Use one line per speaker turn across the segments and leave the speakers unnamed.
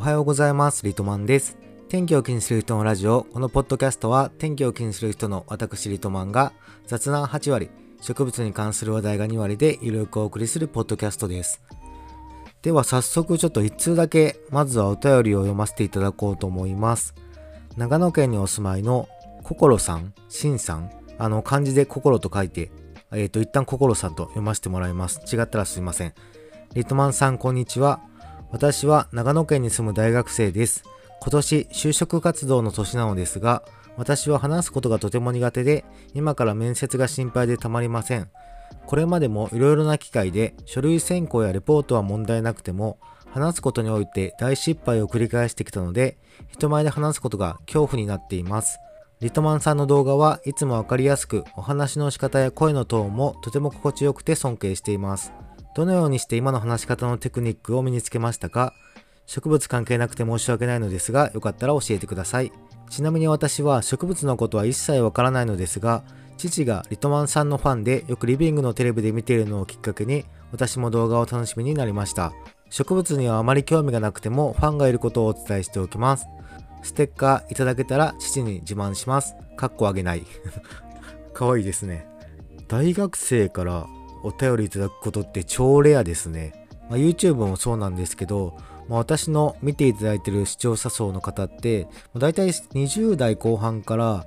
はようございます。リトマンです。天気を気にする人のラジオ。このポッドキャストは天気を気にする人の私リトマンが雑談8割、植物に関する話題が2割でゆるくお送りするポッドキャストです。では早速ちょっと1通だけまずはお便りを読ませていただこうと思います。長野県にお住まいの心さん、しんさん、漢字で心と書いて、一旦心さんと読ませてもらいます。違ったらすいません。リトマンさんこんにちは。私は長野県に住む大学生です。今年就職活動の年なのですが、私は話すことがとても苦手で、今から面接が心配でたまりません。これまでもいろいろな機会で書類選考やレポートは問題なくても、話すことにおいて大失敗を繰り返してきたので、人前で話すことが恐怖になっています。リトマンさんの動画はいつもわかりやすく、お話の仕方や声のトーンもとても心地よくて尊敬しています。どのようにして今の話し方のテクニックを身につけましたか？植物関係なくて申し訳ないのですが、よかったら教えてください。ちなみに私は植物のことは一切わからないのですが、父がリトマンさんのファンでよくリビングのテレビで見ているのをきっかけに、私も動画を楽しみになりました。植物にはあまり興味がなくてもファンがいることをお伝えしておきます。ステッカーいただけたら父に自慢します。かっこあげない。かわいいですね。大学生からお便りいただくことって超レアですね。YouTube もそうなんですけど、私の見ていただいている視聴者層の方ってだいたい20代後半から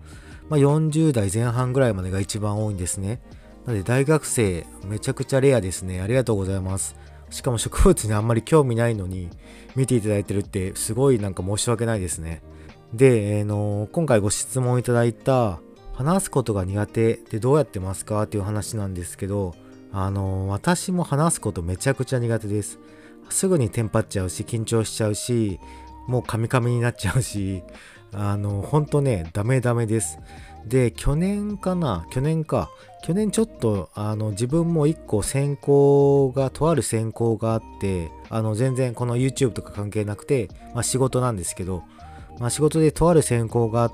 40代前半ぐらいまでが一番多いんですね。なので大学生めちゃくちゃレアですね。ありがとうございます。しかも植物にあんまり興味ないのに見ていただいてるってすごい申し訳ないですね。で、今回ご質問いただいた話すことが苦手でどうやってますかっていう話なんですけど、私も話すことめちゃくちゃ苦手です。すぐにテンパっちゃうし、緊張しちゃうし、もうカミカミになっちゃうし、ほんとね、ダメです。で、去年ちょっと、自分も一個とある専攻があって、全然この YouTube とか関係なくて、仕事なんですけど、仕事でとある専攻があって、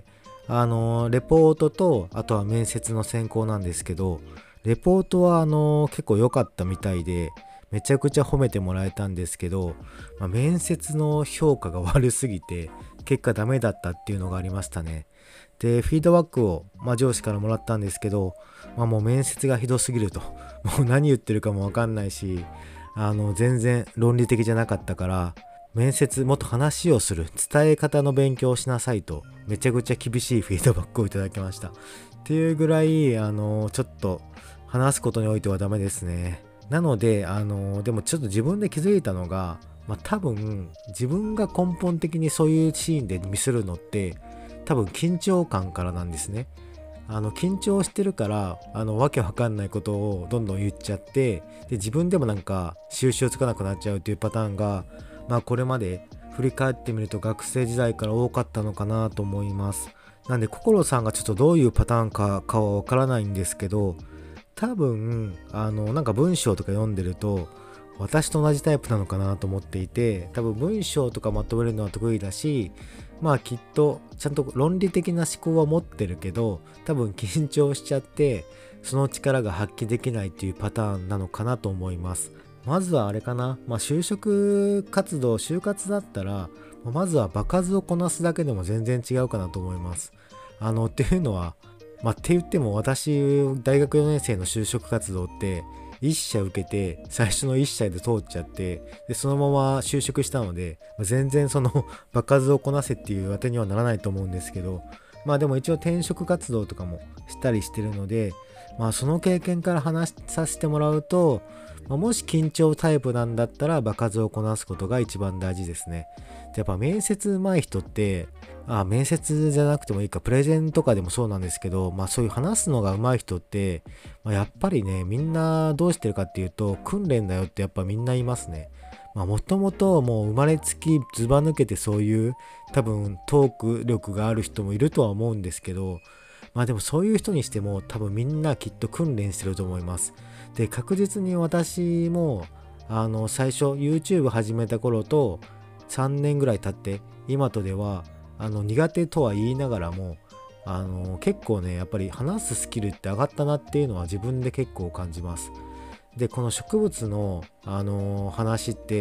レポートと、あとは面接の専攻なんですけど、レポートは結構良かったみたいで、めちゃくちゃ褒めてもらえたんですけど、面接の評価が悪すぎて、結果ダメだったっていうのがありましたね。で、フィードバックを、上司からもらったんですけど、もう面接がひどすぎると。もう何言ってるかもわかんないし、全然論理的じゃなかったから、面接もっと話をする、伝え方の勉強をしなさいと、めちゃくちゃ厳しいフィードバックをいただきました。っていうぐらい、ちょっと話すことにおいてはダメですね。なので、でもちょっと自分で気づいたのが、多分自分が根本的にそういうシーンでミスるのって多分緊張感からなんですね。緊張してるからわけわかんないことをどんどん言っちゃって、で自分でも収集つかなくなっちゃうっていうパターンがこれまで振り返ってみると学生時代から多かったのかなと思います。なんで心さんがちょっとどういうパターンかはわからないんですけど、多分文章とか読んでると私と同じタイプなのかなと思っていて、多分文章とかまとめるのは得意だし、きっとちゃんと論理的な思考は持ってるけど、多分緊張しちゃってその力が発揮できないっていうパターンなのかなと思います。まずはあれかな、就職活動就活だったらまずは場数をこなすだけでも全然違うかなと思います。っていうのはって言っても私大学4年生の就職活動って1社受けて最初の1社で通っちゃって、でそのまま就職したので、全然その場数をこなせっていう当てにはならないと思うんですけど、でも一応転職活動とかもしたりしてるので、その経験から話させてもらうと、もし緊張タイプなんだったら場数をこなすことが一番大事ですね。でやっぱ面接上手い人って面接じゃなくてもいいか、プレゼンとかでもそうなんですけど、そういう話すのが上手い人って、やっぱりね、みんなどうしてるかっていうと、訓練だよってやっぱみんな言いますね。もともともう生まれつきずば抜けてそういう多分トーク力がある人もいるとは思うんですけど、でもそういう人にしても多分みんなきっと訓練してると思います。で、確実に私も最初 YouTube 始めた頃と3年ぐらい経って今とでは苦手とは言いながらも結構ねやっぱり話すスキルって上がったなっていうのは自分で結構感じます。でこの植物の話って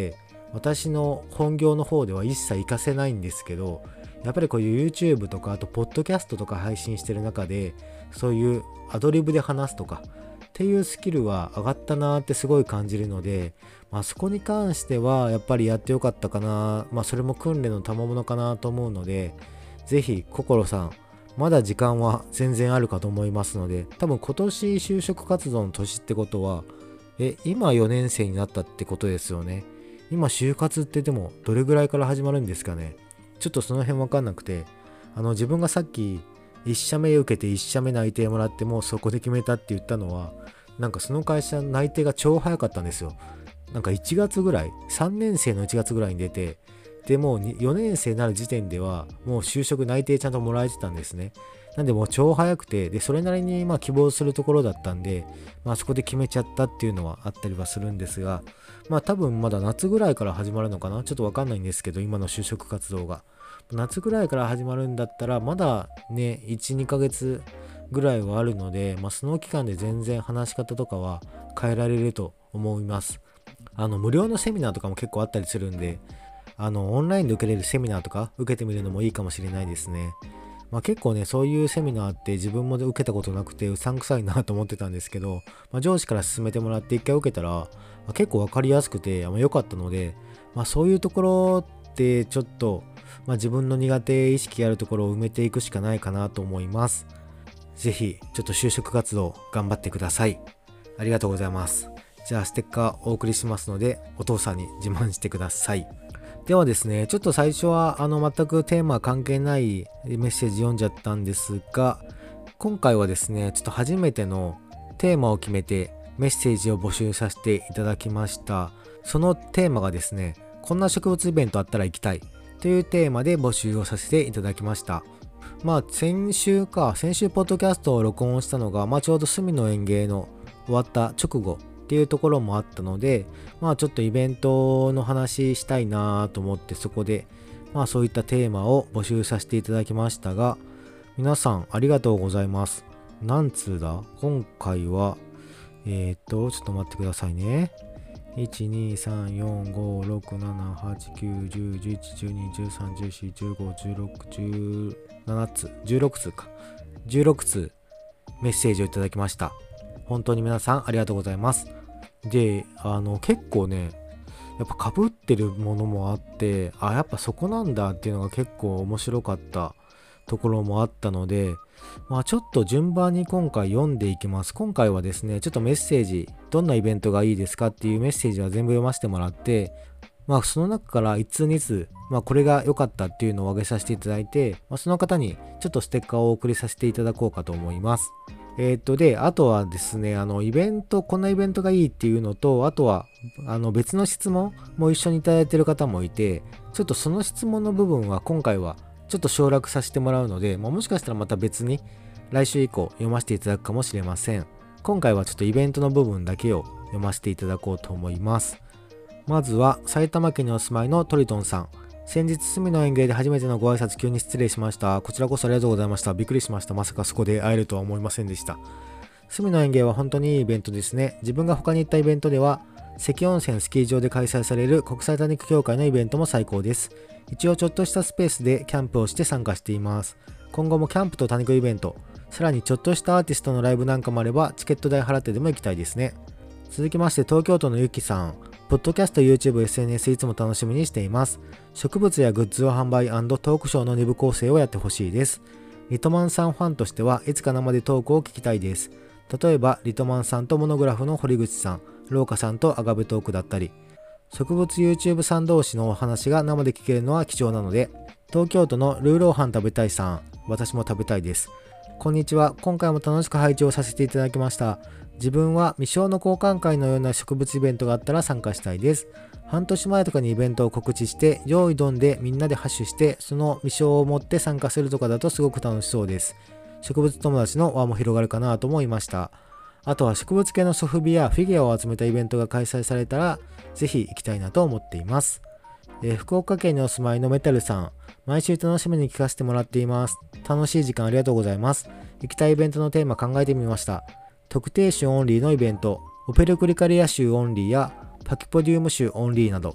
私の本業の方では一切活かせないんですけど、やっぱりこういう YouTube とかあとポッドキャストとか配信してる中で、そういうアドリブで話すとかっていうスキルは上がったなーってすごい感じるので、そこに関してはやっぱりやってよかったかな、それも訓練の賜物かなと思うので、ぜひ心さん、まだ時間は全然あるかと思いますので、多分今年就職活動の年ってことは、今4年生になったってことですよね。今就活ってでもどれぐらいから始まるんですかね。ちょっとその辺わかんなくて、自分がさっき1社目受けて1社目内定もらってもうそこで決めたって言ったのは、なんかその会社内定が超早かったんですよ。なんか1月ぐらい、3年生の1月ぐらいに出て、でもう4年生になる時点ではもう就職内定ちゃんともらえてたんですね。なんでもう超早くて、でそれなりに希望するところだったんで、そこで決めちゃったっていうのはあったりはするんですが、多分まだ夏ぐらいから始まるのかな、ちょっとわかんないんですけど、今の就職活動が夏ぐらいから始まるんだったらまだね 1,2 ヶ月ぐらいはあるので、その期間で全然話し方とかは変えられると思います。無料のセミナーとかも結構あったりするんで、オンラインで受けれるセミナーとか受けてみるのもいいかもしれないですね。結構ね、そういうセミナーって自分も受けたことなくてうさんくさいなと思ってたんですけど、上司から勧めてもらって一回受けたら、結構わかりやすくて良かったので、そういうところってちょっと、自分の苦手意識あるところを埋めていくしかないかなと思います。ぜひちょっと就職活動頑張ってください。ありがとうございます。じゃあステッカーお送りしますので、お父さんに自慢してください。ではですね、ちょっと最初は全くテーマ関係ないメッセージ読んじゃったんですが、今回はですね、ちょっと初めてのテーマを決めてメッセージを募集させていただきました。そのテーマがですね、こんな植物イベントあったら行きたいというテーマで募集をさせていただきました。先週ポッドキャストを録音したのが、ちょうど隅の園芸の終わった直後っていうところもあったので、ちょっとイベントの話したいなと思って、そこでそういったテーマを募集させていただきましたが、皆さんありがとうございます。何通だ？今回はちょっと待ってくださいね。1,2,3,4,5,6,7,8,9,10,11,12,13,14,15,16,17 通16通か16通メッセージをいただきました。本当に皆さんありがとうございます。で、結構ね、やっぱ被ってるものもあって、やっぱそこなんだっていうのが結構面白かったところもあったので、ちょっと順番に今回読んでいきます。今回はですね、ちょっとメッセージ、どんなイベントがいいですかっていうメッセージは全部読ませてもらって、その中から1通2通、これが良かったっていうのを挙げさせていただいて、その方にちょっとステッカーをお送りさせていただこうかと思います。で、あとはですね、イベント、こんなイベントがいいっていうのと、あとは、別の質問も一緒にいただいている方もいて、ちょっとその質問の部分は今回はちょっと省略させてもらうので、もしかしたらまた別に来週以降読ませていただくかもしれません。今回はちょっとイベントの部分だけを読ませていただこうと思います。まずは埼玉県にお住まいのトリトンさん。先日隅の園芸で初めてのご挨拶急に失礼しました。こちらこそありがとうございました。びっくりしました。まさかそこで会えるとは思いませんでした。隅の園芸は本当にいいイベントですね。自分が他に行ったイベントでは関温泉スキー場で開催される国際多肉協会のイベントも最高です。一応ちょっとしたスペースでキャンプをして参加しています。今後もキャンプと多肉イベント、さらにちょっとしたアーティストのライブなんかもあればチケット代払ってでも行きたいですね。続きまして東京都のゆきさん。ポッドキャスト、YouTube、SNS いつも楽しみにしています。植物やグッズを販売&トークショーの2部構成をやってほしいです。リトマンさんファンとしてはいつか生でトークを聞きたいです。例えばリトマンさんとモノグラフの堀口さん、ローカさんとアガベトークだったり、植物 YouTube さん同士のお話が生で聞けるのは貴重なので、東京都のルーローハン食べたいさん、私も食べたいです。こんにちは。今回も楽しく拝聴させていただきました。自分は未生の交換会のような植物イベントがあったら参加したいです。半年前とかにイベントを告知して用意ドンでみんなでハッシュしてその未生を持って参加するとかだとすごく楽しそうです。植物友達の輪も広がるかなと思いました。あとは植物系のソフビやフィギュアを集めたイベントが開催されたらぜひ行きたいなと思っています。福岡県にお住まいのメタルさん、毎週楽しみに聞かせてもらっています。楽しい時間ありがとうございます。行きたいイベントのテーマ考えてみました。特定種オンリーのイベント、オペルクリカリア種オンリーやパキポディウム種オンリーなど、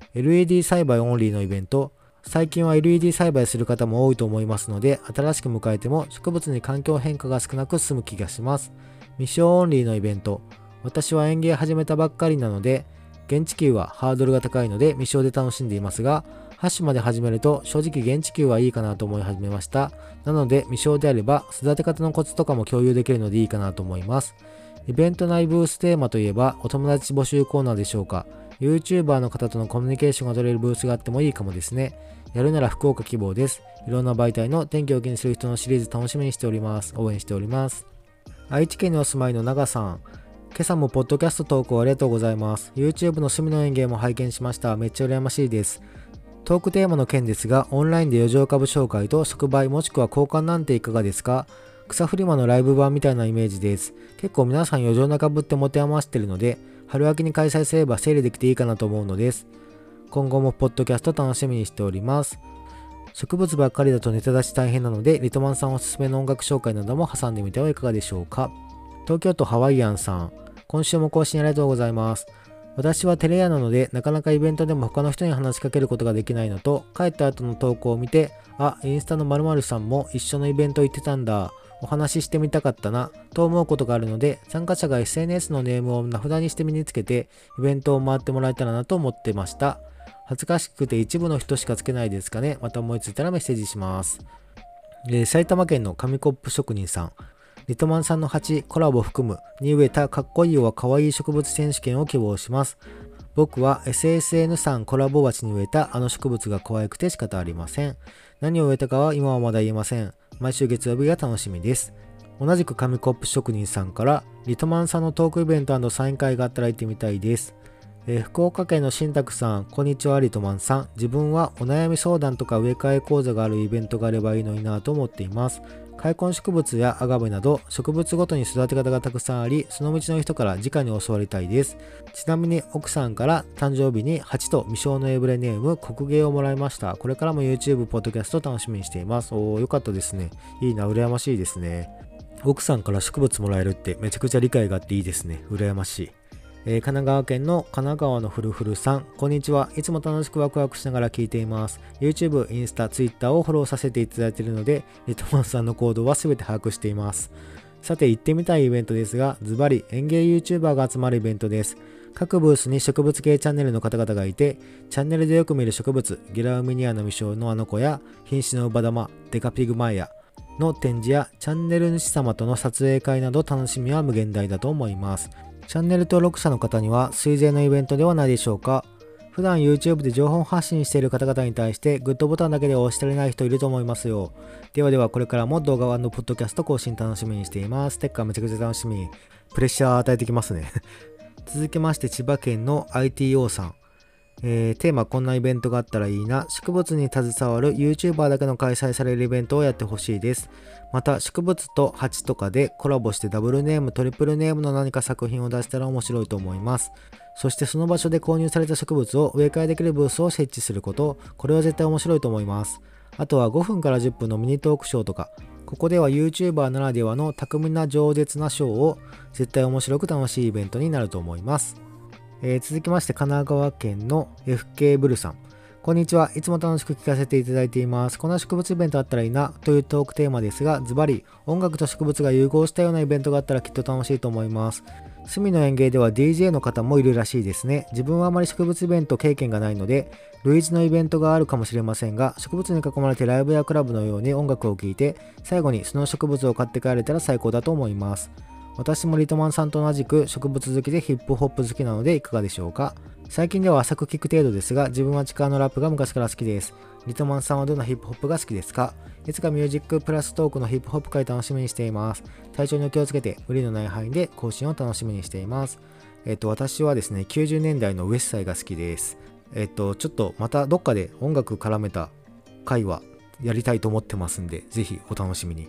LED 栽培オンリーのイベント。最近は LED 栽培する方も多いと思いますので、新しく迎えても植物に環境変化が少なく済む気がします。未生オンリーのイベント。私は園芸始めたばっかりなので、現地球はハードルが高いので未生で楽しんでいますが、8種まで始めると正直現地球はいいかなと思い始めました。なので未生であれば育て方のコツとかも共有できるのでいいかなと思います。イベント内ブーステーマといえばお友達募集コーナーでしょうか。YouTuber の方とのコミュニケーションが取れるブースがあってもいいかもですね。やるなら福岡希望です。いろんな媒体の天気を気にする人のシリーズ楽しみにしております。応援しております。愛知県にお住まいの長さん。今朝もポッドキャスト投稿ありがとうございます。YouTube の趣味の園芸も拝見しました。めっちゃ羨ましいです。トークテーマの件ですが、オンラインで余剰株紹介と即売もしくは交換なんていかがですか？草フリマのライブ版みたいなイメージです。結構皆さん余剰な株って持て余してるので、春秋に開催すれば整理できていいかなと思うのです。今後もポッドキャスト楽しみにしております。植物ばっかりだとネタ出し大変なので、リトマンさんおすすめの音楽紹介なども挟んでみてはいかがでしょうか。東京都ハワイアンさん。今週も更新ありがとうございます。私はテレ屋なのでなかなかイベントでも他の人に話しかけることができないのと、帰った後の投稿を見て、インスタの〇〇さんも一緒のイベント行ってたんだ、お話ししてみたかったなと思うことがあるので、参加者が SNS のネームを名札にして身につけてイベントを回ってもらえたらなと思ってました。恥ずかしくて一部の人しかつけないですかね。また思いついたらメッセージします。埼玉県の紙コップ職人さん。リトマンさんの鉢コラボ含むに植えたかっこいいはかわいい植物選手権を希望します。僕は SSN さんコラボ鉢に植えたあの植物が可愛くて仕方ありません。何を植えたかは今はまだ言えません。毎週月曜日が楽しみです。同じく紙コップ職人さんからリトマンさんのトークイベント&サイン会があったら行ってみたいです。福岡県の新宅さん、こんにちはリトマンさん。自分はお悩み相談とか植え替え講座があるイベントがあればいいのになと思っています。開墾植物やアガベなど植物ごとに育て方がたくさんあり、その道の人から直に教わりたいです。ちなみに奥さんから誕生日に鉢と未生のエブレネーム国芸をもらいました。これからも YouTube、ポッドキャスト楽しみにしています。よかったですね。いいな、羨ましいですね。奥さんから植物もらえるってめちゃくちゃ理解があっていいですね。羨ましい。神奈川県の神奈川のふるふるさん、こんにちは。いつも楽しくワクワクしながら聞いています。YouTube、インスタ、Twitter をフォローさせていただいているので、リトマンさんの行動は全て把握しています。さて、行ってみたいイベントですが、ズバリ園芸 YouTuber が集まるイベントです。各ブースに植物系チャンネルの方々がいて、チャンネルでよく見る植物、ゲラウミニアの未生のあの子や、瀕死のウバダマ、デカピグマイヤの展示や、チャンネル主様との撮影会など楽しみは無限大だと思います。チャンネル登録者の方には水税のイベントではないでしょうか。普段 YouTube で情報発信している方々に対してグッドボタンだけで押し足りない人いると思いますよ。ではではこれからも動画&ポッドキャスト更新楽しみにしています。ステッカーめちゃくちゃ楽しみ。プレッシャー与えてきますね。続きまして千葉県の ITO さん。テーマこんなイベントがあったらいいな。植物に携わる YouTuber だけの開催されるイベントをやってほしいです。また植物と鉢とかでコラボしてダブルネームトリプルネームの何か作品を出したら面白いと思います。そしてその場所で購入された植物を植え替えできるブースを設置すること、これは絶対面白いと思います。あとは5分から10分のミニトークショーとか、ここでは YouTuber ならではの巧みな饒舌なショーを絶対面白く楽しいイベントになると思います。続きまして神奈川県の FK ブルさん、こんにちは。いつも楽しく聞かせていただいています。こんな植物イベントあったらいいなというトークテーマですが、ズバリ音楽と植物が融合したようなイベントがあったらきっと楽しいと思います。隅の園芸では DJ の方もいるらしいですね。自分はあまり植物イベント経験がないので類似のイベントがあるかもしれませんが、植物に囲まれてライブやクラブのように音楽を聴いて最後にその植物を買って帰れたら最高だと思います。私もリトマンさんと同じく植物好きでヒップホップ好きなのでいかがでしょうか。最近では浅く聞く程度ですが、自分はチカのラップが昔から好きです。リトマンさんはどんなヒップホップが好きですか？いつかミュージックプラストークのヒップホップ会楽しみにしています。体調にお気をつけて無理のない範囲で更新を楽しみにしています。私はですね、90年代のウエッサイが好きです。ちょっとまたどっかで音楽絡めた回はやりたいと思ってますんで、ぜひお楽しみに。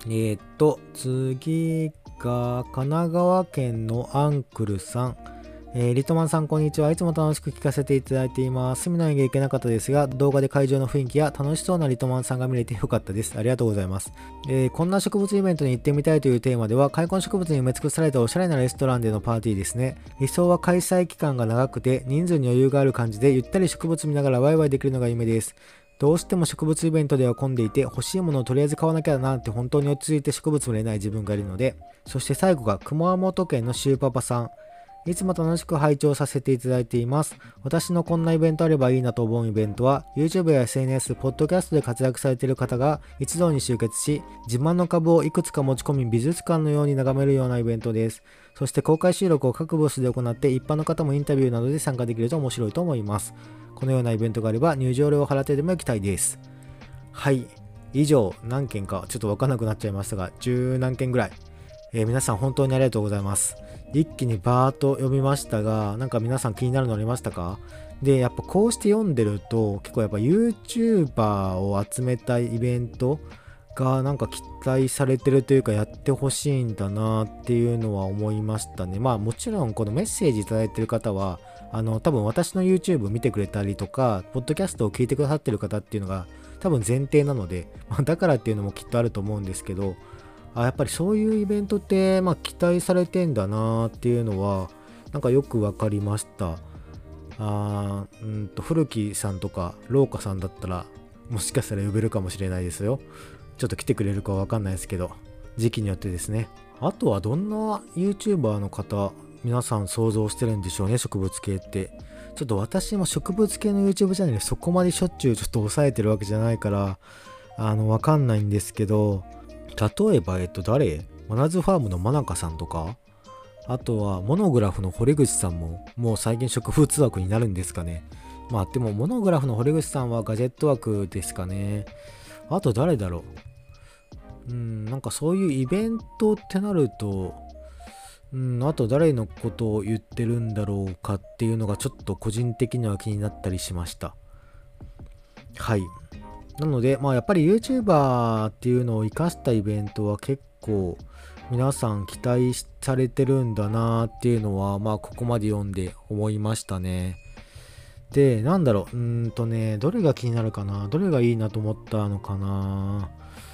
次が神奈川県のアンクルさん。 リトマンさんこんにちは。いつも楽しく聞かせていただいています。セミナーに行けなかったですが、動画で会場の雰囲気や楽しそうなリトマンさんが見れてよかったです。ありがとうございます。こんな植物イベントに行ってみたいというテーマでは、開墾植物に埋め尽くされたおしゃれなレストランでのパーティーですね。理想は開催期間が長くて、人数に余裕がある感じで、ゆったり植物見ながらワイワイできるのが夢です。どうしても植物イベントでは混んでいて、欲しいものをとりあえず買わなきゃなって本当に落ち着いて植物も入れない自分がいるので、そして最後が熊本県のシューパパさん。いつも楽しく拝聴させていただいています。私のこんなイベントあればいいなと思うイベントは、YouTube や SNS、ポッドキャストで活躍されている方が一堂に集結し、自慢の株をいくつか持ち込み美術館のように眺めるようなイベントです。そして公開収録を各ブースで行って、一般の方もインタビューなどで参加できると面白いと思います。このようなイベントがあれば入場料を払ってでも行きたいです。はい。以上、何件かちょっとわかんなくなっちゃいましたが、10何件ぐらい。皆さん本当にありがとうございます。一気にバーっと読みましたが、なんか皆さん気になるのありましたか？で、やっぱこうして読んでると、結構やっぱ YouTuber を集めたいイベントがなんか期待されてるというかやってほしいんだなっていうのは思いましたね。まあもちろんこのメッセージいただいてる方は、多分私の YouTube 見てくれたりとか、ポッドキャストを聞いてくださってる方っていうのが多分前提なので、だからっていうのもきっとあると思うんですけど、やっぱりそういうイベントって、期待されてんだなっていうのは、なんかよくわかりました。古木さんとか、廊下さんだったら、もしかしたら呼べるかもしれないですよ。ちょっと来てくれるかわかんないですけど、時期によってですね。あとはどんな YouTuber の方、皆さん想像してるんでしょうね、植物系って。ちょっと私も植物系の YouTube チャンネルそこまでしょっちゅうちょっと抑えてるわけじゃないから、わかんないんですけど、例えば、誰マナズファームのマナカさんとか、あとは、モノグラフの堀口さんも、もう最近植物枠になるんですかね。でも、モノグラフの堀口さんはガジェット枠ですかね。あと誰だろう。なんかそういうイベントってなると、あと誰のことを言ってるんだろうかっていうのがちょっと個人的には気になったりしました。はい。なので、やっぱり YouTuber っていうのを活かしたイベントは結構皆さん期待されてるんだなっていうのは、ここまで読んで思いましたね。で、なんだろう、どれが気になるかな、どれがいいなと思ったのかな。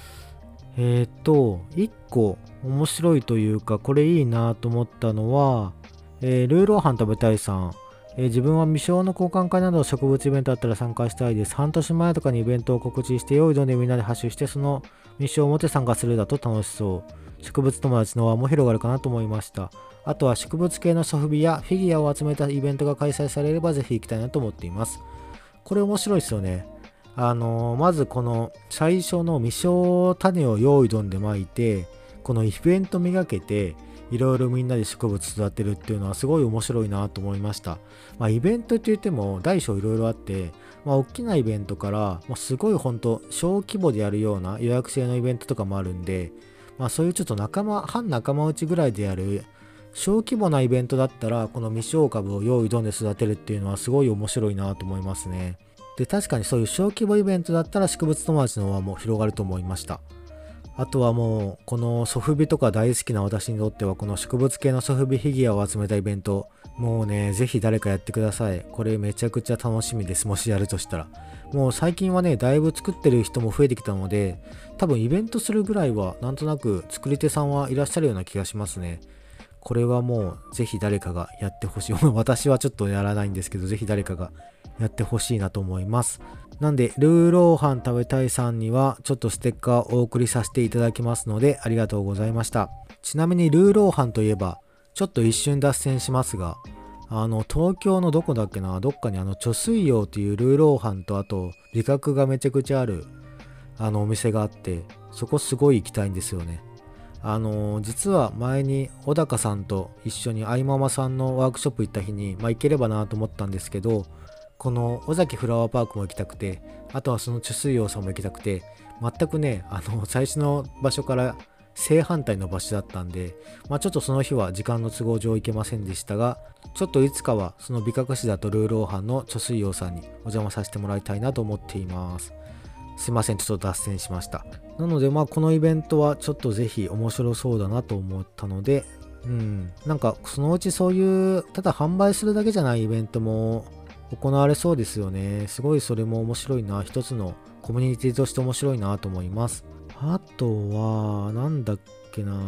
一個面白いというか、これいいなと思ったのは、ルーローハン食べたいさん。自分は未生の交換会など植物イベントあったら参加したいです。半年前とかにイベントを告知して、用意どんでみんなで発集して、その未生を持って参加するだと楽しそう。植物友達の輪も広がるかなと思いました。あとは植物系のソフビやフィギュアを集めたイベントが開催されればぜひ行きたいなと思っています。これ面白いですよね。まずこの最初の未生種を用意どんで巻いて、このイベントめがけて、いろいろみんなで植物育てるっていうのはすごい面白いなと思いました。イベントって言っても大小いろいろあって、大きなイベントから、すごい本当小規模でやるような予約制のイベントとかもあるんで、そういうちょっと半仲間内ぐらいでやる小規模なイベントだったら、この未生株を用意どんで育てるっていうのはすごい面白いなと思いますね。で、確かにそういう小規模イベントだったら植物友達の輪も広がると思いました。あとはもう、このソフビとか大好きな私にとっては、この植物系のソフビフィギュアを集めたイベント、もうね、ぜひ誰かやってください。これめちゃくちゃ楽しみです。もしやるとしたら。もう最近はね、だいぶ作ってる人も増えてきたので、多分イベントするぐらいは、なんとなく作り手さんはいらっしゃるような気がしますね。これはもう、ぜひ誰かがやってほしい。私はちょっとやらないんですけど、ぜひ誰かがやってほしいなと思います。なんで、ルーローハン食べたいさんには、ちょっとステッカーをお送りさせていただきますので、ありがとうございました。ちなみに、ルーローハンといえば、ちょっと一瞬脱線しますが、東京のどこだっけな、どっかに貯水葉というルーローハンと、あと、美覚がめちゃくちゃある、お店があって、そこすごい行きたいんですよね。実は前に小高さんと一緒にアイママさんのワークショップ行った日に、行ければなと思ったんですけど、この尾崎フラワーパークも行きたくて、あとはその貯水葉さんも行きたくて、全くね、最初の場所から正反対の場所だったんで、ちょっとその日は時間の都合上行けませんでしたが、ちょっといつかはその美覚師だとルーローハンの貯水葉さんにお邪魔させてもらいたいなと思っています。すいません、ちょっと脱線しました。なので、このイベントはちょっとぜひ面白そうだなと思ったので、 なんかそのうちそういうただ販売するだけじゃないイベントも行われそうですよね。すごいそれも面白いな。一つのコミュニティとして面白いなと思います。あとは、なんだっけな、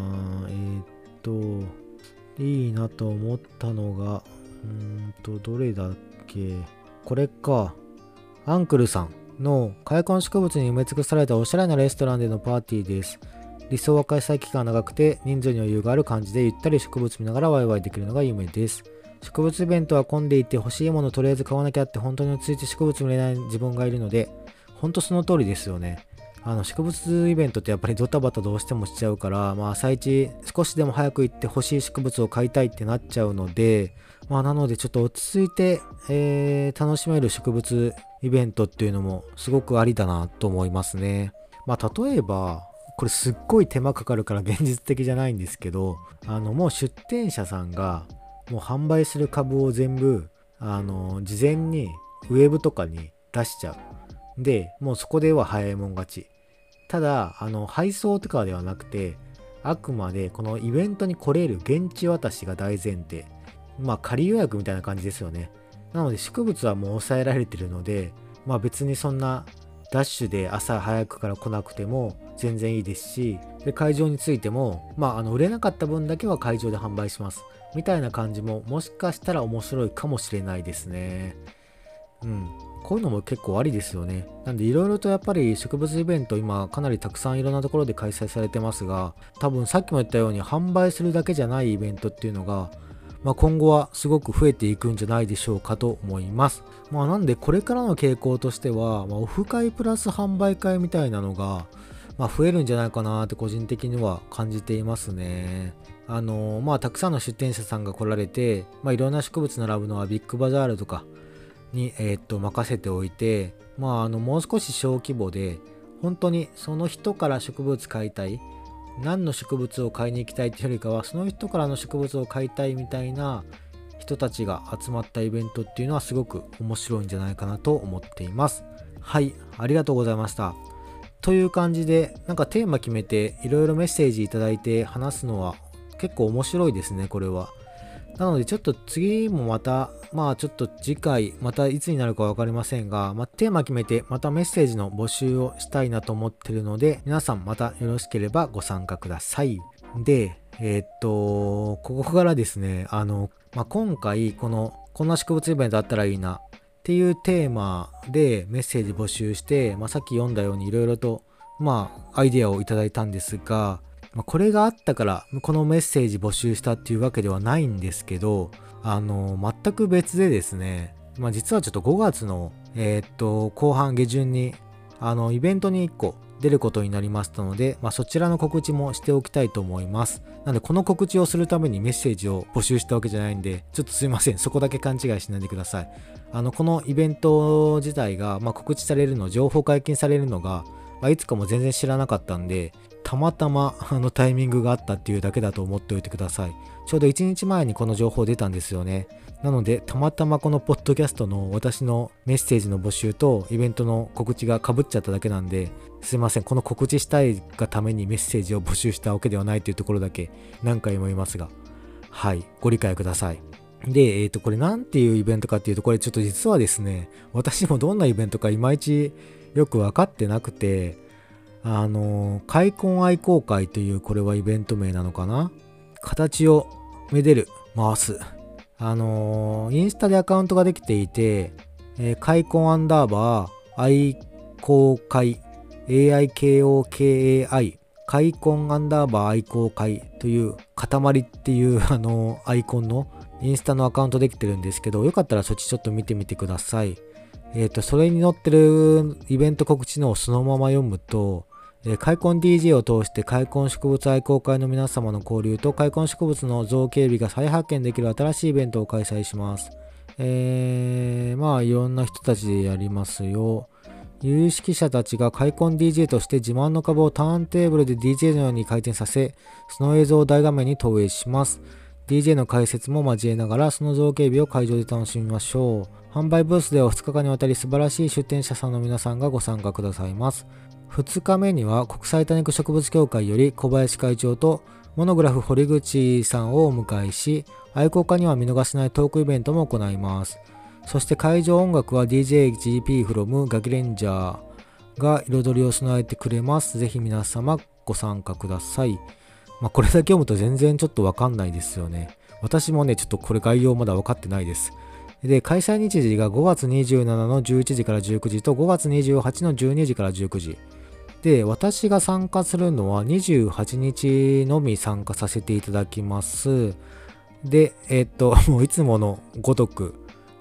いいなと思ったのが、どれだっけ、これか。アンクルさんの開墾植物に埋め尽くされたおしゃれなレストランでのパーティーです。理想は開催期間が長くて人数に余裕がある感じでゆったり植物見ながらワイワイできるのが夢です。植物イベントは混んでいて欲しいものとりあえず買わなきゃって本当に落ち着いて植物見れない自分がいるので、本当その通りですよね。植物イベントってやっぱりドタバタどうしてもしちゃうから、朝一少しでも早く行って欲しい植物を買いたいってなっちゃうので、なのでちょっと落ち着いて、楽しめる植物イベントっていうのもすごくありだなと思いますね。例えばこれすっごい手間かかるから現実的じゃないんですけど、もう出店者さんがもう販売する株を全部事前にウェブとかに出しちゃう。でもうそこでは早いもん勝ち。ただ配送とかではなくて、あくまでこのイベントに来れる現地渡しが大前提。仮予約みたいな感じですよね。なので植物はもう抑えられてるので、別にそんなダッシュで朝早くから来なくても全然いいですし、で会場に着いても売れなかった分だけは会場で販売しますみたいな感じももしかしたら面白いかもしれないですね。こういうのも結構ありですよね。なんでいろいろとやっぱり植物イベント今かなりたくさんいろんなところで開催されてますが、多分さっきも言ったように販売するだけじゃないイベントっていうのが今後はすごく増えていくんじゃないでしょうかと思います。なんでこれからの傾向としては、オフ会プラス販売会みたいなのが、増えるんじゃないかなって個人的には感じていますね。たくさんの出店者さんが来られて、いろんな植物並ぶのはビッグバザールとかに、任せておいて、もう少し小規模で、本当にその人から植物買いたい、何の植物を買いに行きたいっていうよりかはその人からの植物を買いたいみたいな人たちが集まったイベントっていうのはすごく面白いんじゃないかなと思っています。はい、ありがとうございました。という感じでなんかテーマ決めていろいろメッセージいただいて話すのは結構面白いですね、これは。なのでちょっと次もまたちょっと次回またいつになるか分かりませんが、テーマ決めてまたメッセージの募集をしたいなと思ってるので、皆さんまたよろしければご参加ください。でここからですね、今回こんな植物イベントあったらいいなっていうテーマでメッセージ募集して、さっき読んだようにいろいろとアイデアをいただいたんですが、これがあったからこのメッセージ募集したっていうわけではないんですけど、全く別でですね、実はちょっと5月の後半下旬にイベントに1個出ることになりましたので、そちらの告知もしておきたいと思います。なのでこの告知をするためにメッセージを募集したわけじゃないんで、ちょっとすいません、そこだけ勘違いしないでください。このイベント自体が、告知されるの、情報解禁されるのが、いつかも全然知らなかったんで、たまたまタイミングがあったっていうだけだと思っておいてください。ちょうど1日前にこの情報出たんですよね。なのでたまたまこのポッドキャストの私のメッセージの募集とイベントの告知が被っちゃっただけなんで、すいません、この告知したいがためにメッセージを募集したわけではないというところだけ何回も言いますが、はい、ご理解ください。で、これなんていうイベントかっていうと、これちょっと実はですね、私もどんなイベントかいまいちよく分かってなくて、開墾愛好会というこれはイベント名なのかな、形をめでる回す、インスタでアカウントができていて、開墾アンダーバー愛好会 AIKOKAI 開墾アンダーバー愛好会という塊っていうアイコンのインスタのアカウントできてるんですけど、よかったらそっちちょっと見てみてください。それに載ってるイベント告知のをそのまま読むと、開墾 DJ を通して開墾植物愛好会の皆様の交流と開墾植物の造形美が再発見できる新しいイベントを開催します。いろんな人たちでやりますよ。有識者たちが開墾 DJ として自慢の株をターンテーブルで DJ のように回転させ、その映像を大画面に投影します。DJ の解説も交えながらその造形美を会場で楽しみましょう。販売ブースでは2日間にわたり素晴らしい出展者さんの皆さんがご参加くださいます。2日目には国際多肉植物協会より小林会長とモノグラフ堀口さんをお迎えし、愛好家には見逃せないトークイベントも行います。そして会場音楽は DJGP from ガキレンジャーが彩りを備えてくれます。ぜひ皆様ご参加ください。これだけ読むと全然ちょっとわかんないですよね。私もね、ちょっとこれ概要まだ分かってないです。で、開催日時が5月27の11時から19時と5月28の12時から19時。で、私が参加するのは28日のみ参加させていただきます。で、もういつものごとく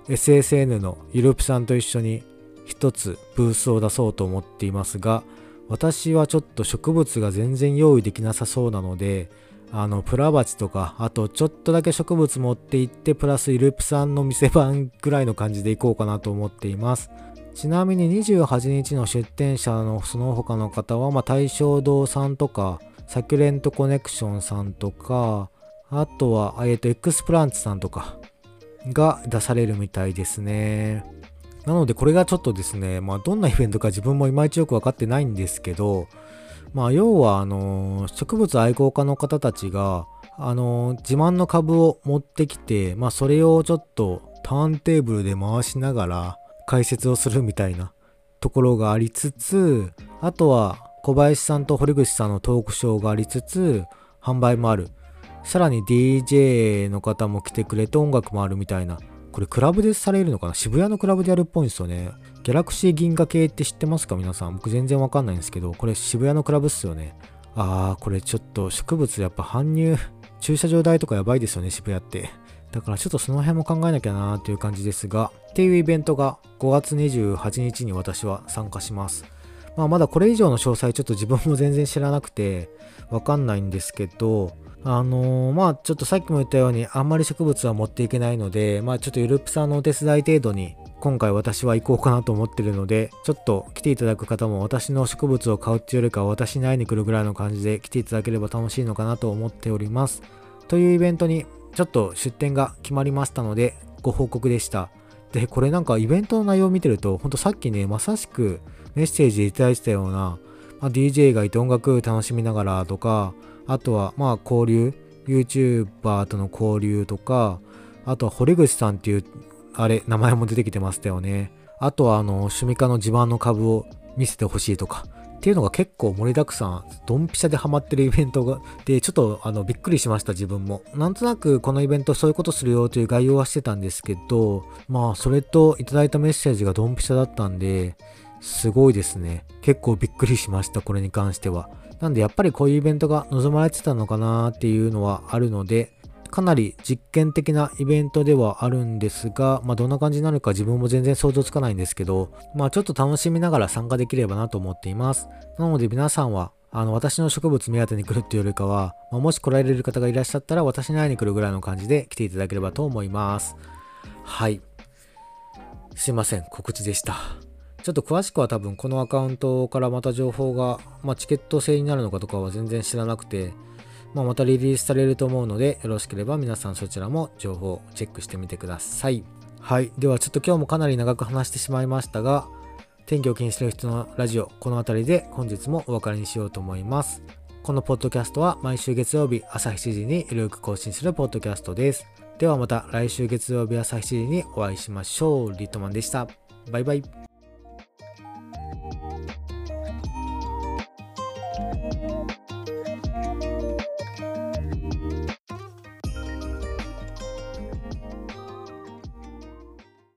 SSN のゆるぷさんと一緒に一つブースを出そうと思っていますが、私はちょっと植物が全然用意できなさそうなので、プラバチとか、あとちょっとだけ植物持って行って、プラスイルプさんの店番ぐらいの感じで行こうかなと思っています。ちなみに28日の出店者のその他の方は、大正堂さんとか、サキュレントコネクションさんとか、あとは、エクスプランツさんとかが出されるみたいですね。なのでこれがちょっとですね、どんなイベントか自分もいまいちよく分かってないんですけど、要は植物愛好家の方たちが自慢の株を持ってきて、それをちょっとターンテーブルで回しながら解説をするみたいなところがありつつ、あとは小林さんと堀口さんのトークショーがありつつ販売もある。さらに DJ の方も来てくれて音楽もあるみたいな。これクラブでされるのかな？渋谷のクラブでやるっぽいんですよね。ギャラクシー銀河系って知ってますか皆さん？僕全然わかんないんですけど、これ渋谷のクラブっすよね。これちょっと植物やっぱ搬入、駐車場代とかやばいですよね、渋谷って。だからちょっとその辺も考えなきゃなーっていう感じですが、っていうイベントが5月28日に私は参加します。まだこれ以上の詳細ちょっと自分も全然知らなくてわかんないんですけど、ちょっとさっきも言ったようにあんまり植物は持っていけないので、ちょっとゆるっぷさんのお手伝い程度に今回私は行こうかなと思ってるので、ちょっと来ていただく方も私の植物を買うっていうよりかは私に会いに来るぐらいの感じで来ていただければ楽しいのかなと思っております。というイベントにちょっと出店が決まりましたのでご報告でした。で、これなんかイベントの内容を見てると、ほんとさっきね、まさしくメッセージでいただいてたような、DJ がいて音楽楽しみながらとか、あとは交流、YouTuber との交流とか、あとは堀口さんっていう名前も出てきてましたよね。あとは趣味家の自慢の株を見せてほしいとかっていうのが結構盛りだくさん、ドンピシャでハマってるイベントがで、ちょっとびっくりしました。自分もなんとなくこのイベントそういうことするよという概要はしてたんですけど、それといただいたメッセージがドンピシャだったんで、すごいですね。結構びっくりしました、これに関しては。なんでやっぱりこういうイベントが望まれてたのかなっていうのはあるので、かなり実験的なイベントではあるんですが、どんな感じになるか自分も全然想像つかないんですけど、ちょっと楽しみながら参加できればなと思っています。なので皆さんは私の植物目当てに来るっていうよりかは、もし来られる方がいらっしゃったら私に会いに来るぐらいの感じで来ていただければと思います。はい。すいません、告知でした。ちょっと詳しくは多分このアカウントからまた情報が、チケット制になるのかとかは全然知らなくて、またリリースされると思うので、よろしければ皆さんそちらも情報をチェックしてみてください。はい。ではちょっと今日もかなり長く話してしまいましたが、天気を気にする人のラジオ、この辺りで本日もお別れにしようと思います。このポッドキャストは毎週月曜日朝7時にゆるく更新するポッドキャストです。ではまた来週月曜日朝7時にお会いしましょう。リットマンでした。バイバイ。